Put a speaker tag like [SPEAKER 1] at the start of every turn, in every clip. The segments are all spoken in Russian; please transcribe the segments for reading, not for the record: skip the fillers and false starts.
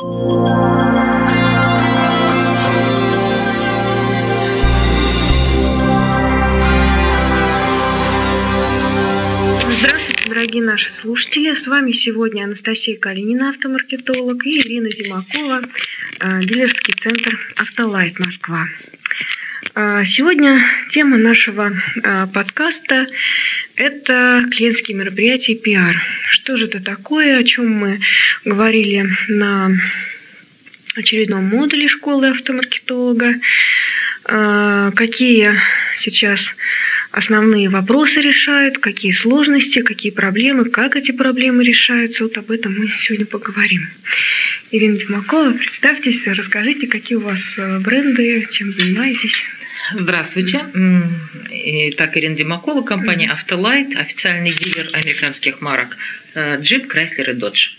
[SPEAKER 1] Здравствуйте, дорогие наши слушатели. С вами сегодня Анастасия Калинина, автомаркетолог, и Ирина Демакова, дилерский центр «Автолайт Москва». Сегодня тема нашего подкаста – это клиентские мероприятия и пиар. Что же это такое, о чем мы говорили на очередном модуле школы автомаркетолога, какие сейчас основные вопросы решают, какие сложности, какие проблемы, как эти проблемы решаются. Вот об этом мы сегодня поговорим. Ирина Демакова, представьтесь, расскажите, какие у вас бренды, чем занимаетесь.
[SPEAKER 2] Здравствуйте. Итак, Ирина Демакова, компания «Автолайт», официальный дилер американских марок Jeep, Chrysler и Dodge.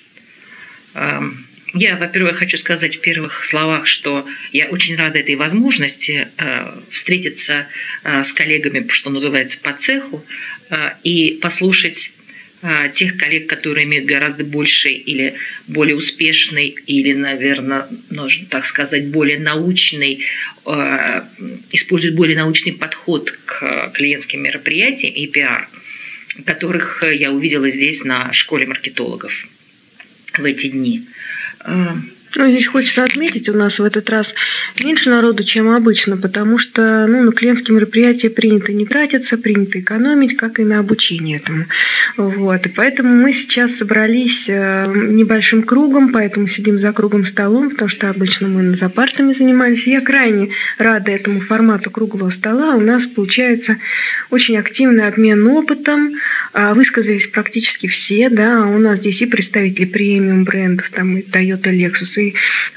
[SPEAKER 2] Я, во-первых, хочу сказать в первых словах, что я очень рада этой возможности встретиться с коллегами, что называется, по цеху, и послушать тех коллег, которые имеют гораздо больший или более успешный, или, наверное, нужно так сказать, более научный, используют более научный подход к клиентским мероприятиям и пиар, которых я увидела здесь на школе маркетологов в эти дни.
[SPEAKER 1] Здесь хочется отметить, у нас в этот раз меньше народу, чем обычно, потому что на клиентские мероприятия принято не тратиться, принято экономить, как и на обучение этому. И поэтому мы сейчас собрались небольшим кругом, поэтому сидим за круглым столом, потому что обычно мы за партами занимались. Я крайне рада этому формату круглого стола. У нас получается очень активный обмен опытом. Высказались практически все, да, у нас здесь и представители премиум брендов, там и Toyota, Lexus, и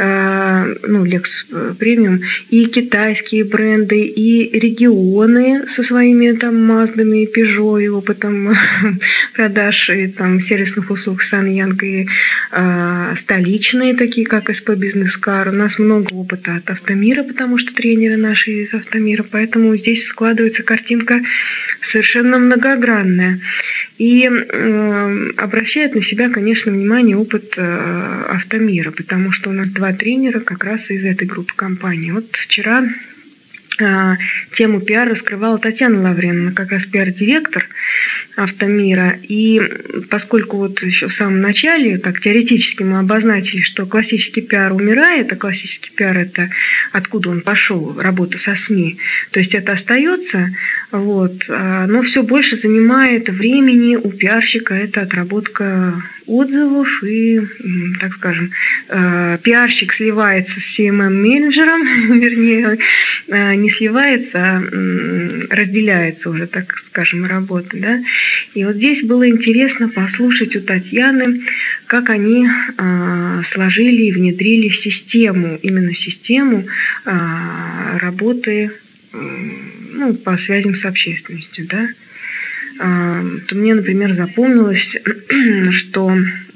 [SPEAKER 1] Lexus премиум, и китайские бренды, и регионы со своими там Маздами, и Peugeot, и опытом продаж, и там сервисных услуг Саньянг, и столичные, такие как СП Бизнес Кар. У нас много опыта от Автомира, потому что тренеры наши из Автомира, поэтому здесь складывается картинка совершенно многогранная. И обращает на себя, конечно, внимание опыт Автомира, потому что у нас 2 тренера как раз из этой группы компаний. Вот вчера тему пиар раскрывала Татьяна Лавреновна, как раз пиар-директор Автомира. И поскольку вот еще в самом начале так теоретически мы обозначили, что классический пиар умирает, а классический пиар – это откуда он пошел, работа со СМИ, то есть это остается, но все больше занимает времени у пиарщика это отработка отзывов, и, так скажем, пиарщик сливается с CMM-менеджером, вернее, не сливается, а разделяется уже, так скажем, работа. Да? И вот здесь было интересно послушать у Татьяны, как они сложили и внедрили систему, именно систему работы по связям с общественностью. Да? То мне, например, запомнилось, что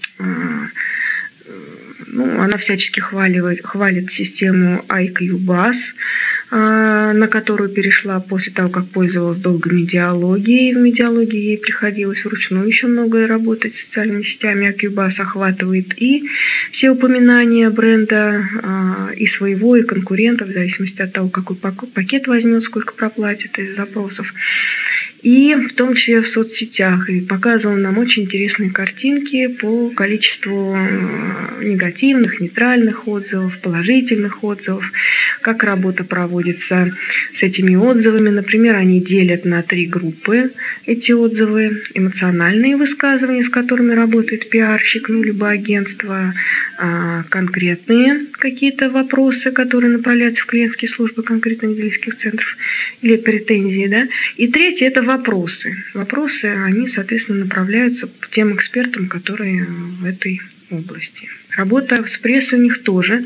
[SPEAKER 1] она всячески хвалит систему IQ-Buzz, на которую перешла после того, как пользовалась долго медиалогией. В медиалогии ей приходилось вручную еще многое работать с социальными сетями. IQ-Buzz охватывает и все упоминания бренда, и своего, и конкурентов, в зависимости от того, какой пакет возьмет, сколько проплатит из запросов. И в том числе в соцсетях. И показывал нам очень интересные картинки по количеству негативных, нейтральных отзывов, положительных отзывов, как работа проводится с этими отзывами. Например, они делят на 3 группы эти отзывы. Эмоциональные высказывания, с которыми работает пиарщик, либо агентство, конкретные какие-то вопросы, которые направляются в клиентские службы конкретных дилерских центров, или претензии. Да? И третье – это вопросы. Вопросы, они, соответственно, направляются к тем экспертам, которые в этой области. Работа с прессой у них тоже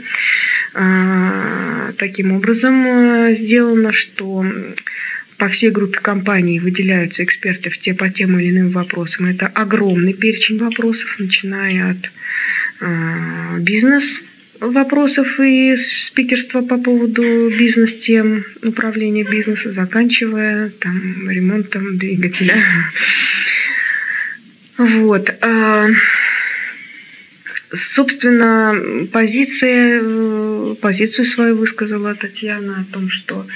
[SPEAKER 1] таким образом сделана, что по всей группе компаний выделяются эксперты по тем или иным вопросам. Это огромный перечень вопросов, начиная от бизнес-вопросов и спикерства по поводу бизнес-тем, управления бизнеса, заканчивая ремонтом двигателя. Собственно, позицию свою высказала Татьяна о том, что...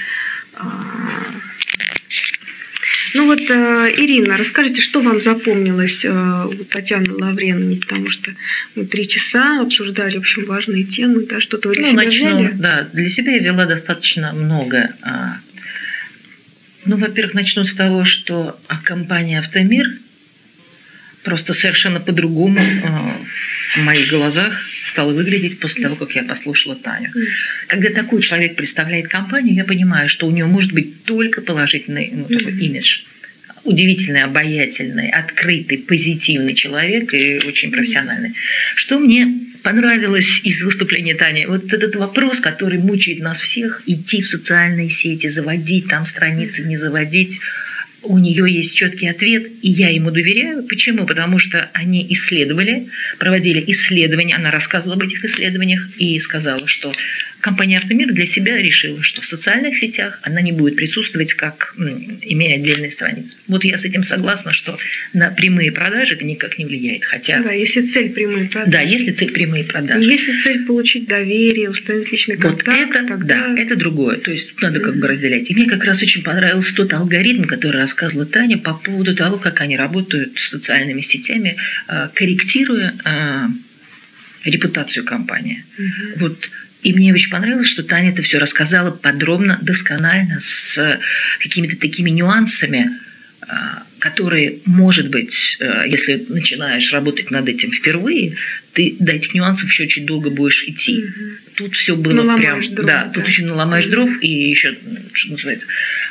[SPEAKER 1] Ну вот, Ирина, расскажите, что вам запомнилось у Татьяны Лавреновой, потому что мы 3 часа обсуждали, в общем, важные темы, да, что-то вы для себя взяли?
[SPEAKER 2] Да, для себя я взяла достаточно много. Ну, во-первых, начну с того, что компания «Автомир» просто совершенно по-другому в моих глазах стала выглядеть после того, как я послушала Таню. Когда такой человек представляет компанию, я понимаю, что у него может быть только положительный такой имидж. Удивительный, обаятельный, открытый, позитивный человек и очень профессиональный. Что мне понравилось из выступления Тани? Вот этот вопрос, который мучает нас всех, идти в социальные сети, заводить там страницы, не заводить. У нее есть четкий ответ, и я ему доверяю. Почему? Потому что они проводили исследования, она рассказывала об этих исследованиях и сказала, что компания «Автомир» для себя решила, что в социальных сетях она не будет присутствовать, как имея отдельные страницы. Вот я с этим согласна, что на прямые продажи это никак не влияет. Хотя...
[SPEAKER 1] Да, если цель прямые продажи.
[SPEAKER 2] Да, если цель прямые продажи.
[SPEAKER 1] Если цель получить доверие, установить личный контакт.
[SPEAKER 2] Вот это,
[SPEAKER 1] тогда...
[SPEAKER 2] да, это другое. То есть тут надо как бы разделять. И мне как раз очень понравился тот алгоритм, который рассказывала Таня по поводу того, как они работают с социальными сетями, корректируя репутацию компании. Вот. И мне очень понравилось, что Таня это все рассказала подробно, досконально, с какими-то такими нюансами, которые, может быть, если начинаешь работать над этим впервые, ты до этих нюансов еще очень долго будешь идти. Тут все было прям...
[SPEAKER 1] Дров,
[SPEAKER 2] да, тут очень наломаешь дров, и еще, что называется,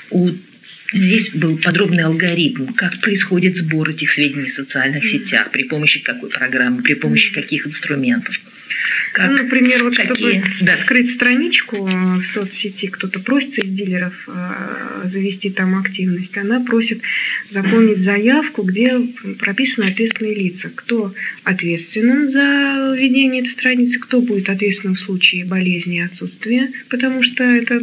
[SPEAKER 2] здесь был подробный алгоритм, как происходит сбор этих сведений в социальных сетях, при помощи какой программы, при помощи каких инструментов.
[SPEAKER 1] Как, например, вот чтобы открыть страничку в соцсети, кто-то просит из дилеров завести там активность, она просит заполнить заявку, где прописаны ответственные лица. Кто ответственен за ведение этой страницы, кто будет ответственным в случае болезни и отсутствия, потому что это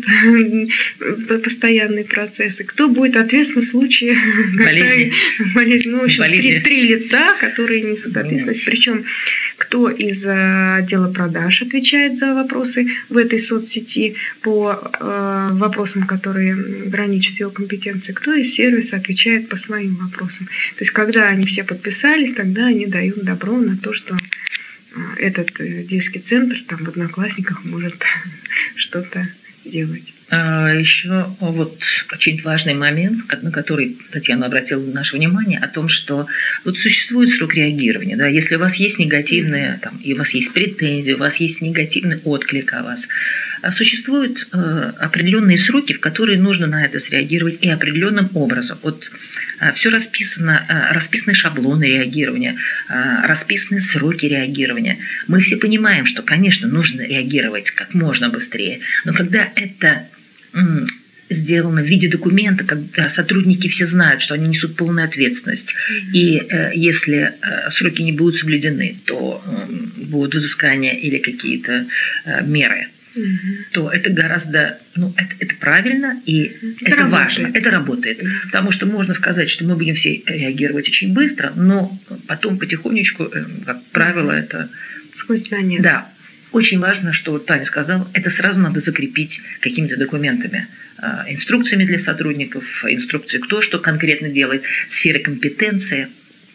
[SPEAKER 1] постоянный процесс, и кто будет ответственен в случае болезни. Ну, в общем, 3 лица, которые несут ответственность. Причем кто из отдела продаж отвечает за вопросы в этой соцсети по вопросам, которые граничат с его компетенцией, кто из сервиса отвечает по своим вопросам. То есть, когда они все подписались, тогда они дают добро на то, что этот дельский центр там в Одноклассниках может что-то делать.
[SPEAKER 2] Еще вот очень важный момент, на который Татьяна обратила наше внимание, о том, что вот существует срок реагирования. Да, если у вас есть негативные, там, и у вас есть претензии, у вас есть негативный отклик о вас, существуют определенные сроки, в которые нужно на это среагировать и определенным образом. Вот все расписано, расписаны шаблоны реагирования, расписаны сроки реагирования. Мы все понимаем, что, конечно, нужно реагировать как можно быстрее, но когда это сделано в виде документа, когда сотрудники все знают, что они несут полную ответственность, и если сроки не будут соблюдены, то будут взыскания или какие-то меры, то это гораздо, это правильно и это важно, это работает. Потому что можно сказать, что мы будем все реагировать очень быстро, но потом потихонечку, как правило, это...
[SPEAKER 1] Сходит на нет.
[SPEAKER 2] Да. Очень важно, что вот Таня сказала, это сразу надо закрепить какими-то документами, инструкциями для сотрудников, инструкции, кто что конкретно делает, сферы компетенции.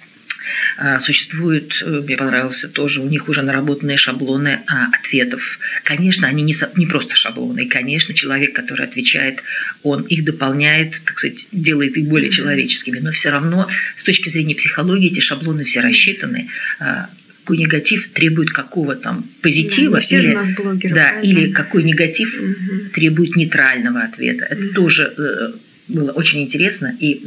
[SPEAKER 2] Существуют, мне понравился тоже, у них уже наработанные шаблоны ответов. Конечно, они не просто шаблоны. И, конечно, человек, который отвечает, он их дополняет, так сказать, делает их более человеческими. Но все равно, с точки зрения психологии, эти шаблоны все рассчитаны. Какой негатив требует какого там позитива, или какой негатив требует нейтрального ответа. Это тоже было очень интересно. И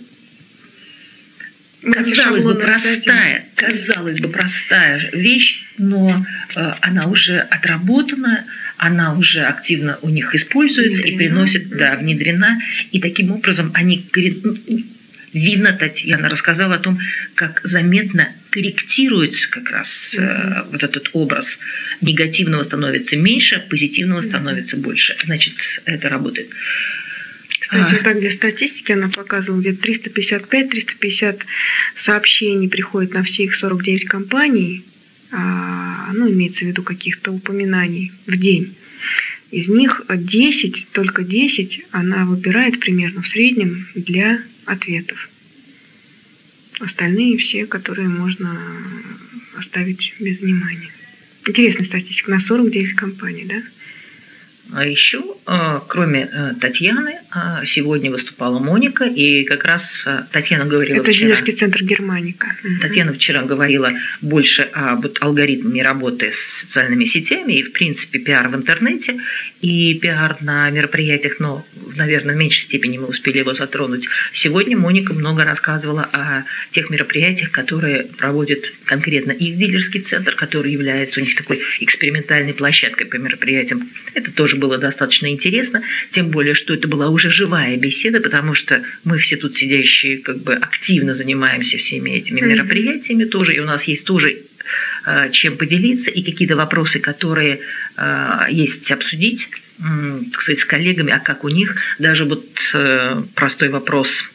[SPEAKER 2] казалось бы, простая вещь, но она уже отработана, она уже активно у них используется и приносит, внедрена. И таким образом они... Видно, Татьяна рассказала о том, как заметно корректируется как раз вот этот образ. Негативного становится меньше, позитивного становится больше. Значит, это работает.
[SPEAKER 1] Кстати, вот так для статистики она показывала, где-то 355-350 сообщений приходит на все их 49 компаний. ну, имеется в виду каких-то упоминаний в день. Из них 10, только 10 она выбирает примерно в среднем для ответов. Остальные все, которые можно оставить без внимания. Интересная статистика. На 49 компаний, да?
[SPEAKER 2] А еще, кроме Татьяны, сегодня выступала Моника, и как раз Татьяна говорила
[SPEAKER 1] Это
[SPEAKER 2] вчера...
[SPEAKER 1] дилерский центр Германика.
[SPEAKER 2] Татьяна вчера говорила больше об алгоритме работы с социальными сетями и, в принципе, пиар в интернете, и пиар на мероприятиях, но, наверное, в меньшей степени мы успели его затронуть. Сегодня Моника много рассказывала о тех мероприятиях, которые проводит конкретно их дилерский центр, который является у них такой экспериментальной площадкой по мероприятиям. Это тоже было достаточно интересно, тем более, что это была уже живая беседа, потому что мы все тут сидящие как бы активно занимаемся всеми этими мероприятиями тоже, и у нас есть тоже чем поделиться, и какие-то вопросы, которые есть обсудить, так сказать, с коллегами, а как у них, даже вот простой вопрос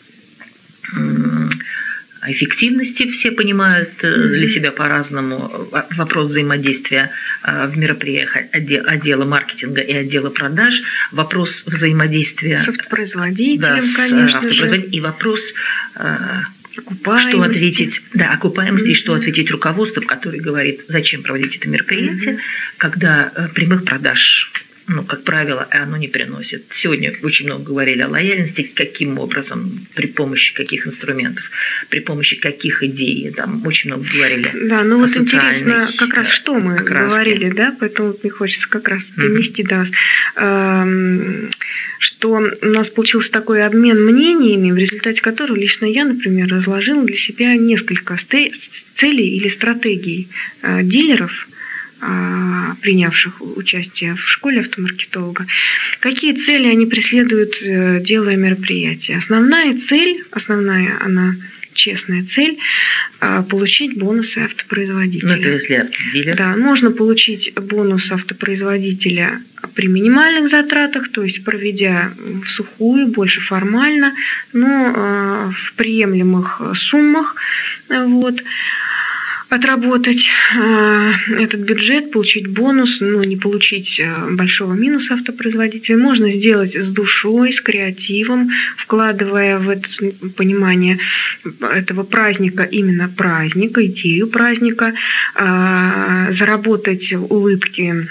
[SPEAKER 2] эффективности все понимают для себя по-разному. Вопрос взаимодействия в мероприятиях отдела маркетинга и отдела продаж. Вопрос взаимодействия
[SPEAKER 1] с автопроизводителем, конечно же.
[SPEAKER 2] И вопрос,
[SPEAKER 1] что
[SPEAKER 2] ответить, окупаемости, и что ответить руководству, который говорит, зачем проводить это мероприятие, когда прямых продаж, как правило, оно не приносит. Сегодня очень много говорили о лояльности, каким образом, при помощи каких инструментов, при помощи каких идей, там очень много говорили.
[SPEAKER 1] Да, ну вот интересно, как раз что мы говорили, да, поэтому мне хочется как раз донести до вас, что у нас получился такой обмен мнениями, в результате которого лично я, например, разложила для себя несколько целей или стратегий дилеров, принявших участие в школе автомаркетолога. Какие цели они преследуют, делая мероприятие? Основная цель, она честная цель, получить бонусы автопроизводителя.
[SPEAKER 2] Ну, это если дилер.
[SPEAKER 1] Да, можно получить бонус автопроизводителя при минимальных затратах, то есть проведя в сухую, больше формально, но в приемлемых суммах. Вот. Отработать этот бюджет, получить бонус, но не получить большого минуса автопроизводителя. Можно сделать с душой, с креативом, вкладывая в это понимание этого праздника, именно праздника, идею праздника, заработать улыбки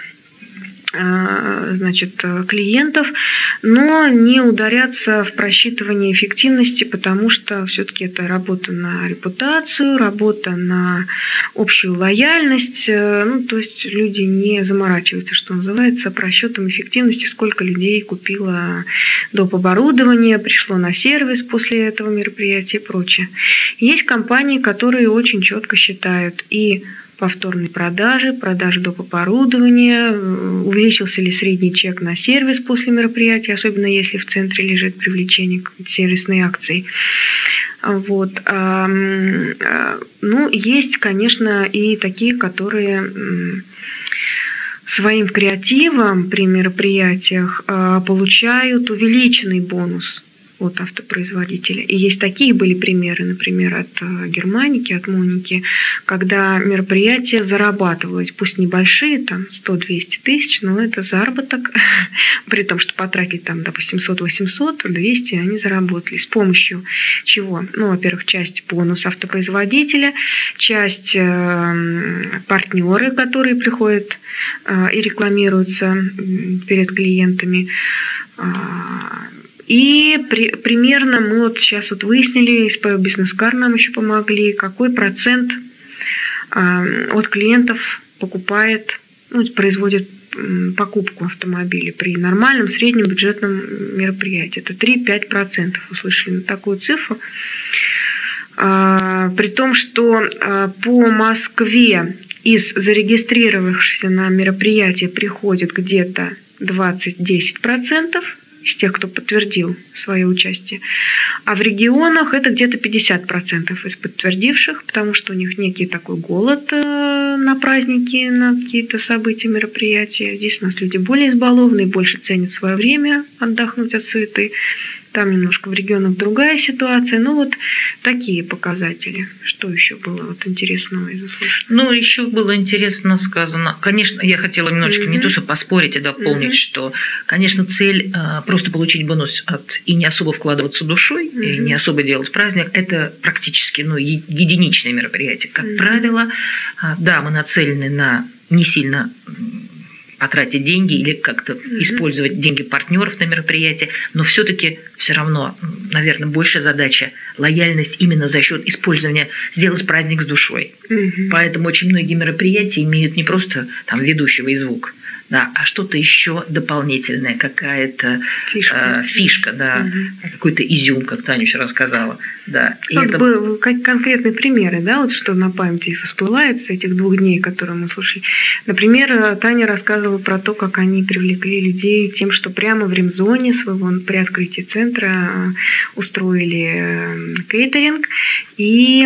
[SPEAKER 1] клиентов, но не ударяться в просчитывание эффективности, потому что все-таки это работа на репутацию, работа на общую лояльность. То есть люди не заморачиваются, что называется, просчетом эффективности, сколько людей купило доп. Оборудование, пришло на сервис после этого мероприятия и прочее. Есть компании, которые очень четко считают и повторной продажи доп. Оборудования, увеличился ли средний чек на сервис после мероприятия, особенно если в центре лежит привлечение к сервисной акции. Вот. Есть, конечно, и такие, которые своим креативом при мероприятиях получают увеличенный бонус от автопроизводителя. И есть такие были примеры, например, от Германики, от Моники, когда мероприятия зарабатывают, пусть небольшие, там 100-200 тысяч, но это заработок, при том, что потратить там, допустим, 700-800, 200 они заработали. С помощью чего? Во-первых, часть бонус автопроизводителя, часть партнеры, которые приходят и рекламируются перед клиентами. И примерно мы вот сейчас выяснили, SPO Business Car нам еще помогли, какой процент от клиентов производит покупку автомобиля при нормальном среднем бюджетном мероприятии. Это 3-5%. Услышали такую цифру. При том, что по Москве из зарегистрировавшихся на мероприятие приходит где-то 20-10%. Из тех, кто подтвердил свое участие. А в регионах это где-то 50% из подтвердивших, потому что у них некий такой голод на праздники, на какие-то события, мероприятия. Здесь у нас люди более избалованные, больше ценят свое время отдохнуть от суеты. Там немножко в регионах другая ситуация. Ну, вот такие показатели. Что еще было вот интересного из услышанного?
[SPEAKER 2] Ну, еще было интересно сказано. Конечно, я хотела немножечко не то, что поспорить, а дополнить, что, конечно, цель просто получить бонус и не особо вкладываться душой, и не особо делать праздник, это практически единичное мероприятие. Как правило, да, мы нацелены на не сильно потратить деньги или как-то использовать деньги партнеров на мероприятие, но все-таки все равно, наверное, большая задача лояльность именно за счет использования, сделать праздник с душой. Поэтому очень многие мероприятия имеют не просто там ведущего и звук, да, а что-то еще дополнительное, какая-то фишка, да, какой-то изюм, как Таня еще рассказала. Да. И
[SPEAKER 1] как бы конкретные примеры, да, вот что на памяти всплывает с этих 2 дней, которые мы слушали. Например, Таня рассказывала про то, как они привлекли людей тем, что прямо в ремзоне своего при открытии центра устроили кейтеринг и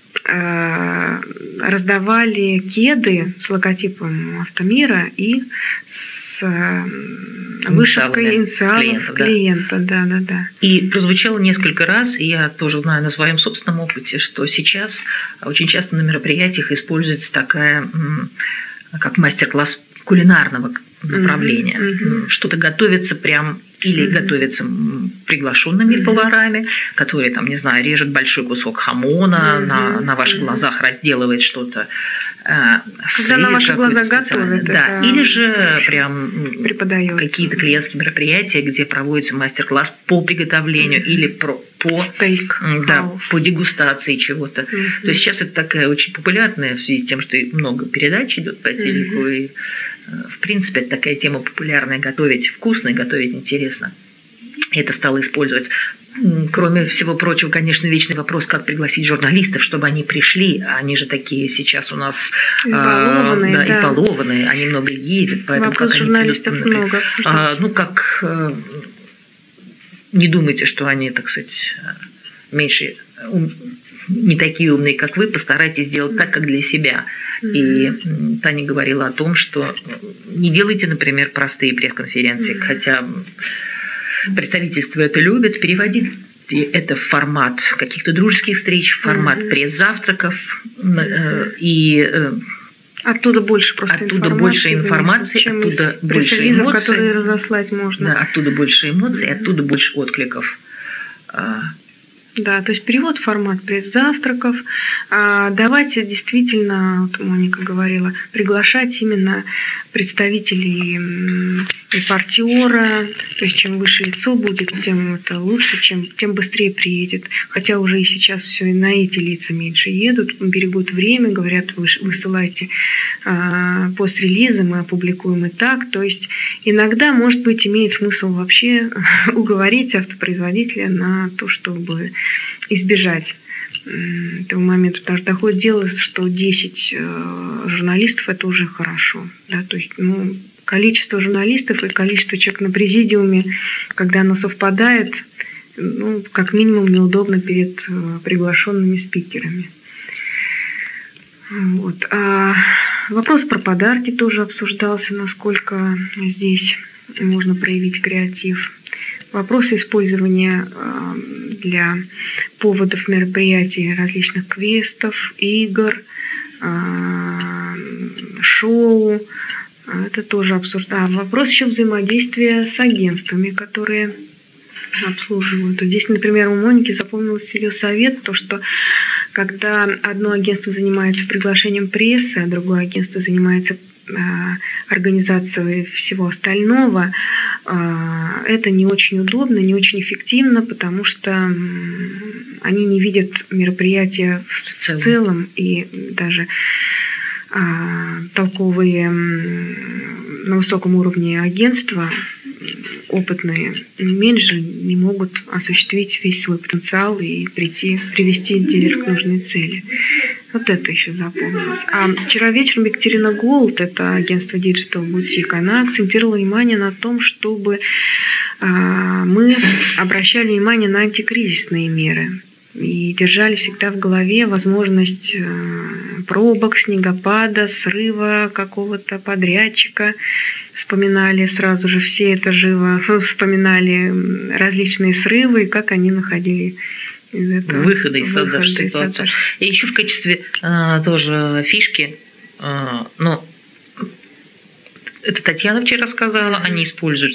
[SPEAKER 1] раздавали кеды с логотипом Автомира и с вышивкой инициалов клиента. Да.
[SPEAKER 2] И прозвучало несколько раз, и я тоже знаю на своем собственном опыте, что сейчас очень часто на мероприятиях используется такая, как мастер-класс кулинарного направления. Что-то готовится прям или готовится приглашенными поварами, которые, там, не знаю, режут большой кусок хамона, на ваших глазах разделывает что-то.
[SPEAKER 1] Когда на ваших глазах готовят.
[SPEAKER 2] Да. Или же прям какие-то клиентские мероприятия, где проводится мастер-класс по приготовлению или по дегустации чего-то. То есть сейчас это такая очень популярная в связи с тем, что много передач идет по телеку, и в принципе это такая тема популярная, готовить вкусно и готовить интересно. Это стало использовать. Кроме всего прочего, конечно, вечный вопрос, как пригласить журналистов, чтобы они пришли. Они же такие сейчас у нас избалованные, они много ездят, поэтому
[SPEAKER 1] вопрос
[SPEAKER 2] как
[SPEAKER 1] журналистов
[SPEAKER 2] они придут,
[SPEAKER 1] много
[SPEAKER 2] не думайте, что они, так сказать, меньше не такие умные, как вы, постарайтесь сделать так, как для себя. И Таня говорила о том, что не делайте, например, простые пресс-конференции, хотя представительство это любит, переводите это в формат каких-то дружеских встреч, в формат пресс-завтраков, и
[SPEAKER 1] оттуда больше
[SPEAKER 2] информации,
[SPEAKER 1] чем
[SPEAKER 2] оттуда
[SPEAKER 1] из
[SPEAKER 2] больше
[SPEAKER 1] пресс-релизов,
[SPEAKER 2] эмоций,
[SPEAKER 1] которые разослать можно.
[SPEAKER 2] Да, оттуда больше эмоций, оттуда больше откликов.
[SPEAKER 1] Да, то есть перевод в формат пресс-завтраков, давать действительно, вот Моника говорила, приглашать именно представителей импортера, то есть чем выше лицо будет, тем это лучше, тем быстрее приедет. Хотя уже и сейчас все и на эти лица меньше едут, берегут время, говорят, высылайте пост-релизы, мы опубликуем и так. То есть иногда, может быть, имеет смысл вообще уговорить автопроизводителя на то, чтобы избежать этого момента, потому что доходит дело, что 10 журналистов – это уже хорошо. Да? То есть количество журналистов и количество человек на президиуме, когда оно совпадает, как минимум неудобно перед приглашенными спикерами. Вот. Вопрос про подарки тоже обсуждался, насколько здесь можно проявить креатив. Вопросы использования для поводов мероприятий различных квестов, игр, шоу. Это тоже обсуждаем. Вопрос еще взаимодействия с агентствами, которые обслуживают. Здесь, например, у Моники запомнился ее совет, то, что когда одно агентство занимается приглашением прессы, а другое агентство занимается организацией всего остального, это не очень удобно, не очень эффективно, потому что они не видят мероприятия в целом, и даже толковые на высоком уровне агентства, опытные менеджеры не могут осуществить весь свой потенциал и привести дилер к нужной цели. Вот это еще запомнилось. А вчера вечером Екатерина Голд, это агентство Digital Boutique, она акцентировала внимание на том, чтобы мы обращали внимание на антикризисные меры и держали всегда в голове возможность пробок, снегопада, срыва какого-то подрядчика вспоминали сразу же, все это живо вспоминали различные срывы, и как они находили из этого
[SPEAKER 2] выхода из создавшейся ситуации. И еще в качестве тоже фишки, но это Татьяна вчера сказала, они используют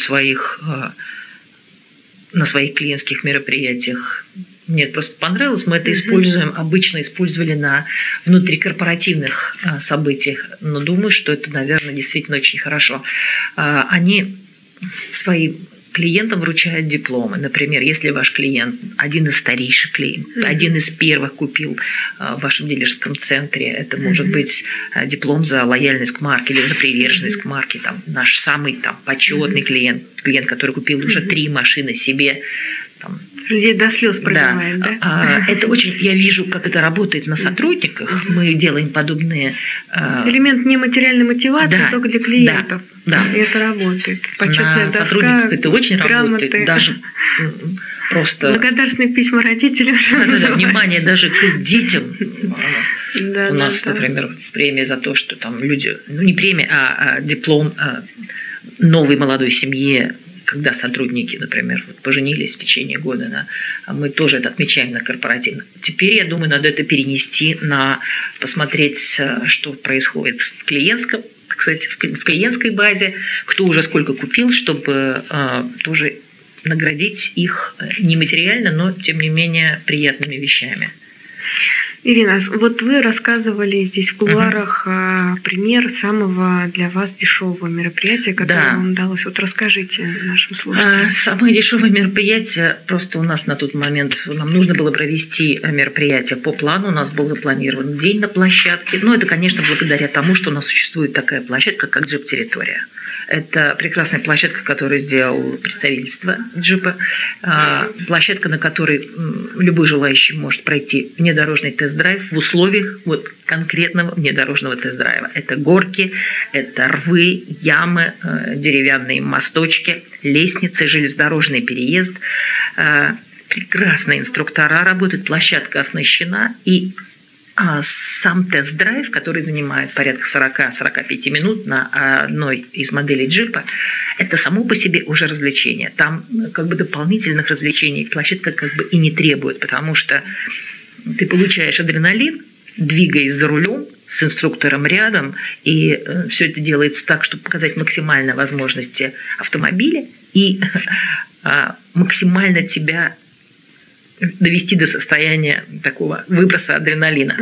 [SPEAKER 2] на своих клиентских мероприятиях. Мне это просто понравилось. Мы это используем, обычно использовали на внутрикорпоративных событиях. Но думаю, что это, наверное, действительно очень хорошо. Они своим клиентам вручают дипломы. Например, если ваш клиент, один из старейших клиентов, один из первых купил в вашем дилерском центре, это может быть диплом за лояльность к марке или за приверженность к марке. Там, наш самый почетный клиент, который купил уже 3 машины себе. Там,
[SPEAKER 1] людей до слез пробивает, да?
[SPEAKER 2] Это очень, я вижу, как это работает на сотрудниках. Мы делаем подобные...
[SPEAKER 1] Элемент нематериальной мотивации только для клиентов.
[SPEAKER 2] Да.
[SPEAKER 1] И это работает. Почетная доска,
[SPEAKER 2] сотрудниках это очень
[SPEAKER 1] грамоты.
[SPEAKER 2] Работает. Даже просто...
[SPEAKER 1] Благодарственные письма родителям.
[SPEAKER 2] Да, внимание даже к детям. У нас, например, премия за то, что там люди... не премия, а диплом новой молодой семье, когда сотрудники, например, поженились в течение года, мы тоже это отмечаем на корпоративных. Теперь, я думаю, надо это перенести посмотреть, что происходит в клиентской базе, кто уже сколько купил, чтобы тоже наградить их не материально, но, тем не менее, приятными вещами.
[SPEAKER 1] Ирина, вот вы рассказывали здесь в кулуарах пример самого для вас дешевого мероприятия, которое вам удалось. Вот расскажите нашим слушателям.
[SPEAKER 2] Самое дешевое мероприятие, просто у нас на тот момент, нам нужно было провести мероприятие по плану, у нас был запланирован день на площадке. Но это, конечно, благодаря тому, что у нас существует такая площадка, как Джип-территория. Это прекрасная площадка, которую сделал представительство Джипа. Площадка, на которой любой желающий может пройти внедорожный тест-драйв в условиях конкретного внедорожного тест-драйва. Это горки, это рвы, ямы, деревянные мосточки, лестницы, железнодорожный переезд. Прекрасные инструктора работают, площадка оснащена, и сам тест-драйв, который занимает порядка 40-45 минут на одной из моделей джипа, это само по себе уже развлечение. Там дополнительных развлечений площадка и не требует, потому что ты получаешь адреналин, двигаясь за рулем с инструктором рядом, и все это делается так, чтобы показать максимально возможности автомобиля и максимально тебя довести до состояния такого выброса адреналина.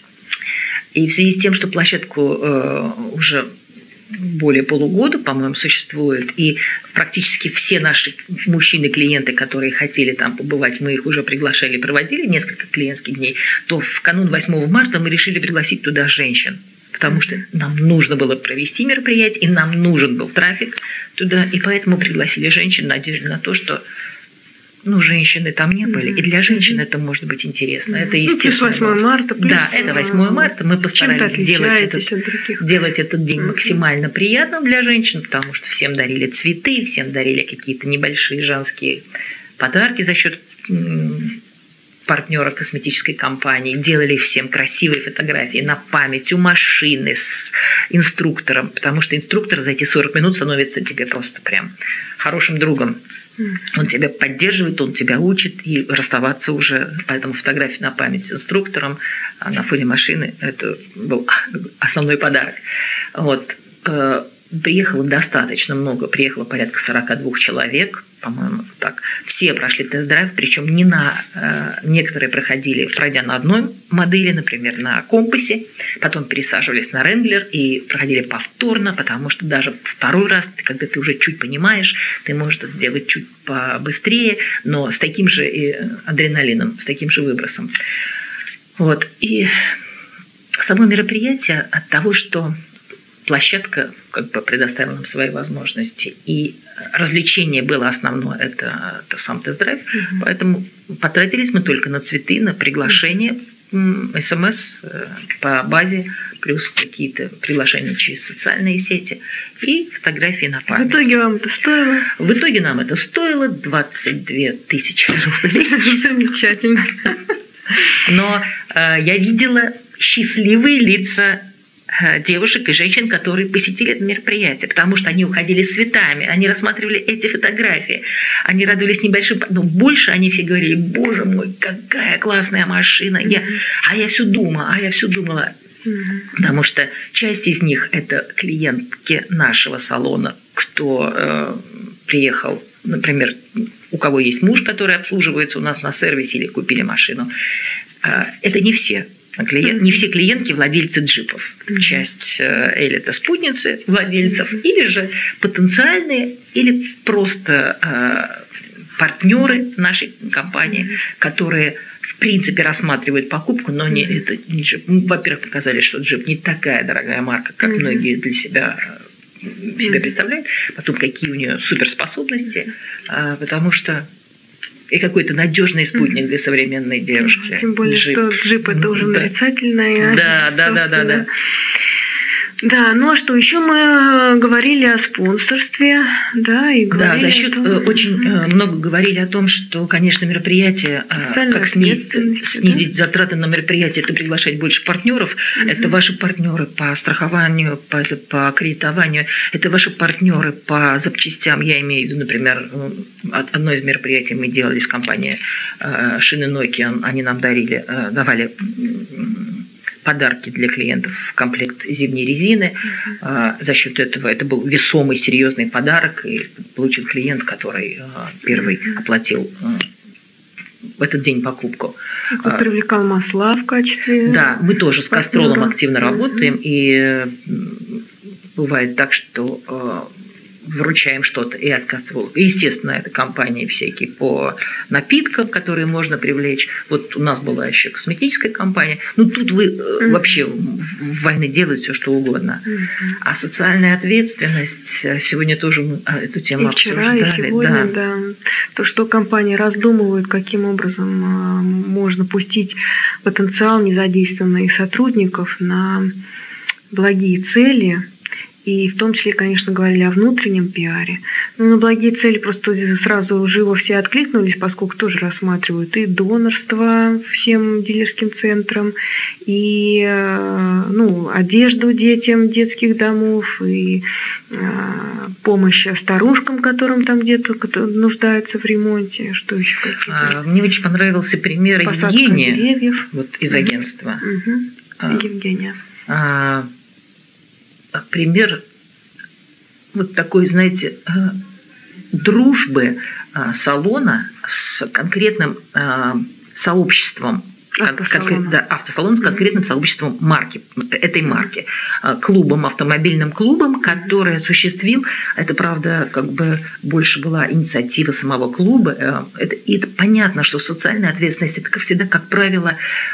[SPEAKER 2] И в связи с тем, что площадку уже более полугода, по-моему, существует, и практически все наши мужчины-клиенты, которые хотели там побывать, мы их уже приглашали, проводили несколько клиентских дней, то в канун 8 марта мы решили пригласить туда женщин, потому что нам нужно было провести мероприятие, и нам нужен был трафик туда, и поэтому пригласили женщин в надежде на то, что женщины там не были, и для женщин это может быть интересно. Это естественно.
[SPEAKER 1] 8 марта.
[SPEAKER 2] Да, это 8 марта. Мы постарались сделать этот день максимально приятным для женщин, потому что всем дарили цветы, всем дарили какие-то небольшие женские подарки за счет партнера косметической компании, делали всем красивые фотографии на память у машины с инструктором, потому что инструктор за эти 40 минут становится тебе просто прям хорошим другом. Он тебя поддерживает, он тебя учит, и расставаться уже, поэтому фотографии на память с инструктором на фоне машины – это был основной подарок. Приехало достаточно много, приехало порядка 42 человек, по-моему, так. Все прошли тест-драйв, причем некоторые проходили, пройдя на одной модели, например, на компасе, потом пересаживались на Ренглер и проходили повторно, потому что даже второй раз, когда ты уже чуть понимаешь, ты можешь это сделать чуть побыстрее, но с таким же адреналином, с таким же выбросом. И само мероприятие от того, что площадка предоставила нам свои возможности, и развлечение было основное, это сам тест-драйв, поэтому потратились мы только на цветы, на приглашение, СМС по базе, плюс какие-то приглашения через социальные сети и фотографии на память.
[SPEAKER 1] В итоге вам это стоило?
[SPEAKER 2] В итоге нам это стоило 22 тысячи рублей.
[SPEAKER 1] Замечательно.
[SPEAKER 2] Но я видела счастливые лица девушек и женщин, которые посетили это мероприятие, потому что они уходили с цветами, они рассматривали эти фотографии, они радовались небольшим, но больше они все говорили: боже мой, какая классная машина, я все думала. Потому что часть из них – это клиентки нашего салона, кто приехал, например, у кого есть муж, который обслуживается у нас на сервисе, или купили машину. Это не все. Не все клиентки владельцы джипов. Часть или это спутницы владельцев, или же потенциальные, или просто партнеры нашей компании, которые в принципе рассматривают покупку, но это не джип. Во-первых, показали, что джип не такая дорогая марка, как многие для себя представляют. Потом, какие у нее суперспособности, потому что и какой-то надежный спутник для современной девушки.
[SPEAKER 1] Тем более, что джип это уже нарицательное.
[SPEAKER 2] Да.
[SPEAKER 1] Да, ну а что, еще мы говорили о спонсорстве, да, и говорили
[SPEAKER 2] за счет очень много говорили о том, что, конечно, мероприятие, как снизить затраты на мероприятие, это приглашать больше партнеров, это ваши партнеры по страхованию, по кредитованию, это ваши партнеры по запчастям. Я имею в виду, например, одно из мероприятий мы делали с компанией Шины Nokian, они нам давали подарки для клиентов в комплект зимней резины. За счет этого это был весомый, серьезный подарок, и получил клиент, который первый оплатил в этот день покупку.
[SPEAKER 1] Как привлекал масла в качестве...
[SPEAKER 2] Да, мы тоже с Кастролом активно работаем, и бывает так, что вручаем что-то и от Кастрола. Естественно, это компании всякие по напиткам, которые можно привлечь. Вот у нас была еще косметическая компания. Ну, тут вы вообще вольны делать все, что угодно. А социальная ответственность, сегодня тоже мы эту тему обсуждали.
[SPEAKER 1] И сегодня, да. То, что компании раздумывают, каким образом можно пустить потенциал незадействованных сотрудников на благие цели. И в том числе, конечно, говорили о внутреннем пиаре. Но на благие цели просто сразу живо все откликнулись, поскольку тоже рассматривают и донорство всем дилерским центрам, и одежду детям детских домов, и помощь старушкам, которым там где-то нуждаются в ремонте. Что еще какие-то?
[SPEAKER 2] Мне очень понравился пример Евгения деревьев. Вот, из агентства.
[SPEAKER 1] Евгения.
[SPEAKER 2] Пример вот такой, знаете, дружбы салона с конкретным сообществом, автосалон с конкретным сообществом этой марки, автомобильным клубом, который осуществил, это правда, как бы больше была инициатива самого клуба, и это понятно, что социальная ответственность, это всегда, как правило,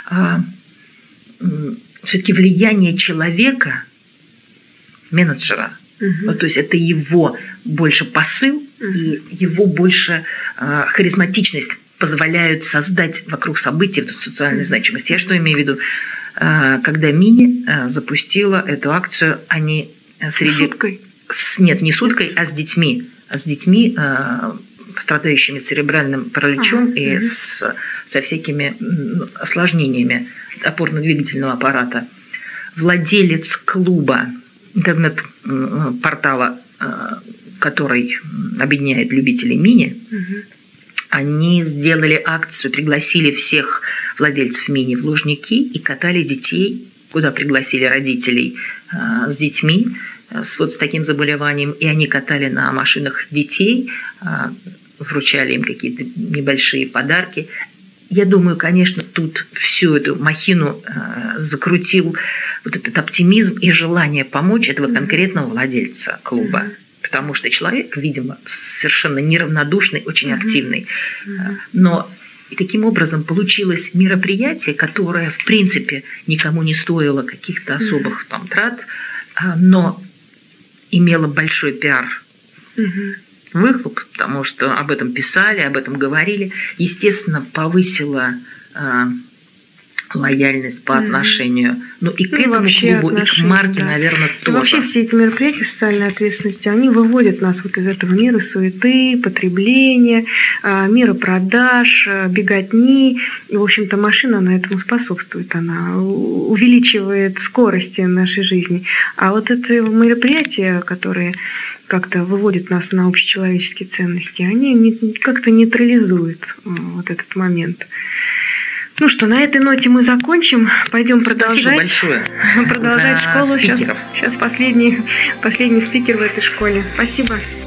[SPEAKER 2] все-таки влияние человека, менеджера. То есть это его больше посыл, и его больше харизматичность позволяют создать вокруг событий эту социальную значимость. Я что имею в виду? Когда Мини запустила эту акцию, они среди...
[SPEAKER 1] Суткой?
[SPEAKER 2] Нет, не с уткой, а с детьми. С детьми, страдающими церебральным параличом и со всякими осложнениями опорно-двигательного аппарата. Владелец клуба, интернет-портала, который объединяет любителей Мини, они сделали акцию, пригласили всех владельцев Мини в Лужники и катали детей, куда пригласили родителей с детьми с таким заболеванием, и они катали на машинах детей, вручали им какие-то небольшие подарки. Я думаю, конечно, тут всю эту махину закрутил вот этот оптимизм и желание помочь этого конкретного владельца клуба. Потому что человек, видимо, совершенно неравнодушный, очень активный. Но таким образом получилось мероприятие, которое, в принципе, никому не стоило каких-то особых трат, но имело большой пиар. Выхлоп, потому что об этом писали, об этом говорили, естественно, повысило лояльность по отношению. Ну и к этому
[SPEAKER 1] вообще
[SPEAKER 2] клубу, и к марке,
[SPEAKER 1] да.
[SPEAKER 2] наверное,
[SPEAKER 1] И
[SPEAKER 2] тоже.
[SPEAKER 1] вообще все эти мероприятия социальной ответственности, они выводят нас вот из этого мира суеты, потребления, мира продаж, беготни. И, в общем-то, машина на этому способствует. Она увеличивает скорости нашей жизни. А вот это мероприятия, которые как-то выводят нас на общечеловеческие ценности, они как-то нейтрализуют вот этот момент. Ну что, на этой ноте мы закончим. Пойдем продолжать.
[SPEAKER 2] Спасибо большое.
[SPEAKER 1] Продолжать школу.
[SPEAKER 2] Спикеров.
[SPEAKER 1] Сейчас последний спикер в этой школе. Спасибо.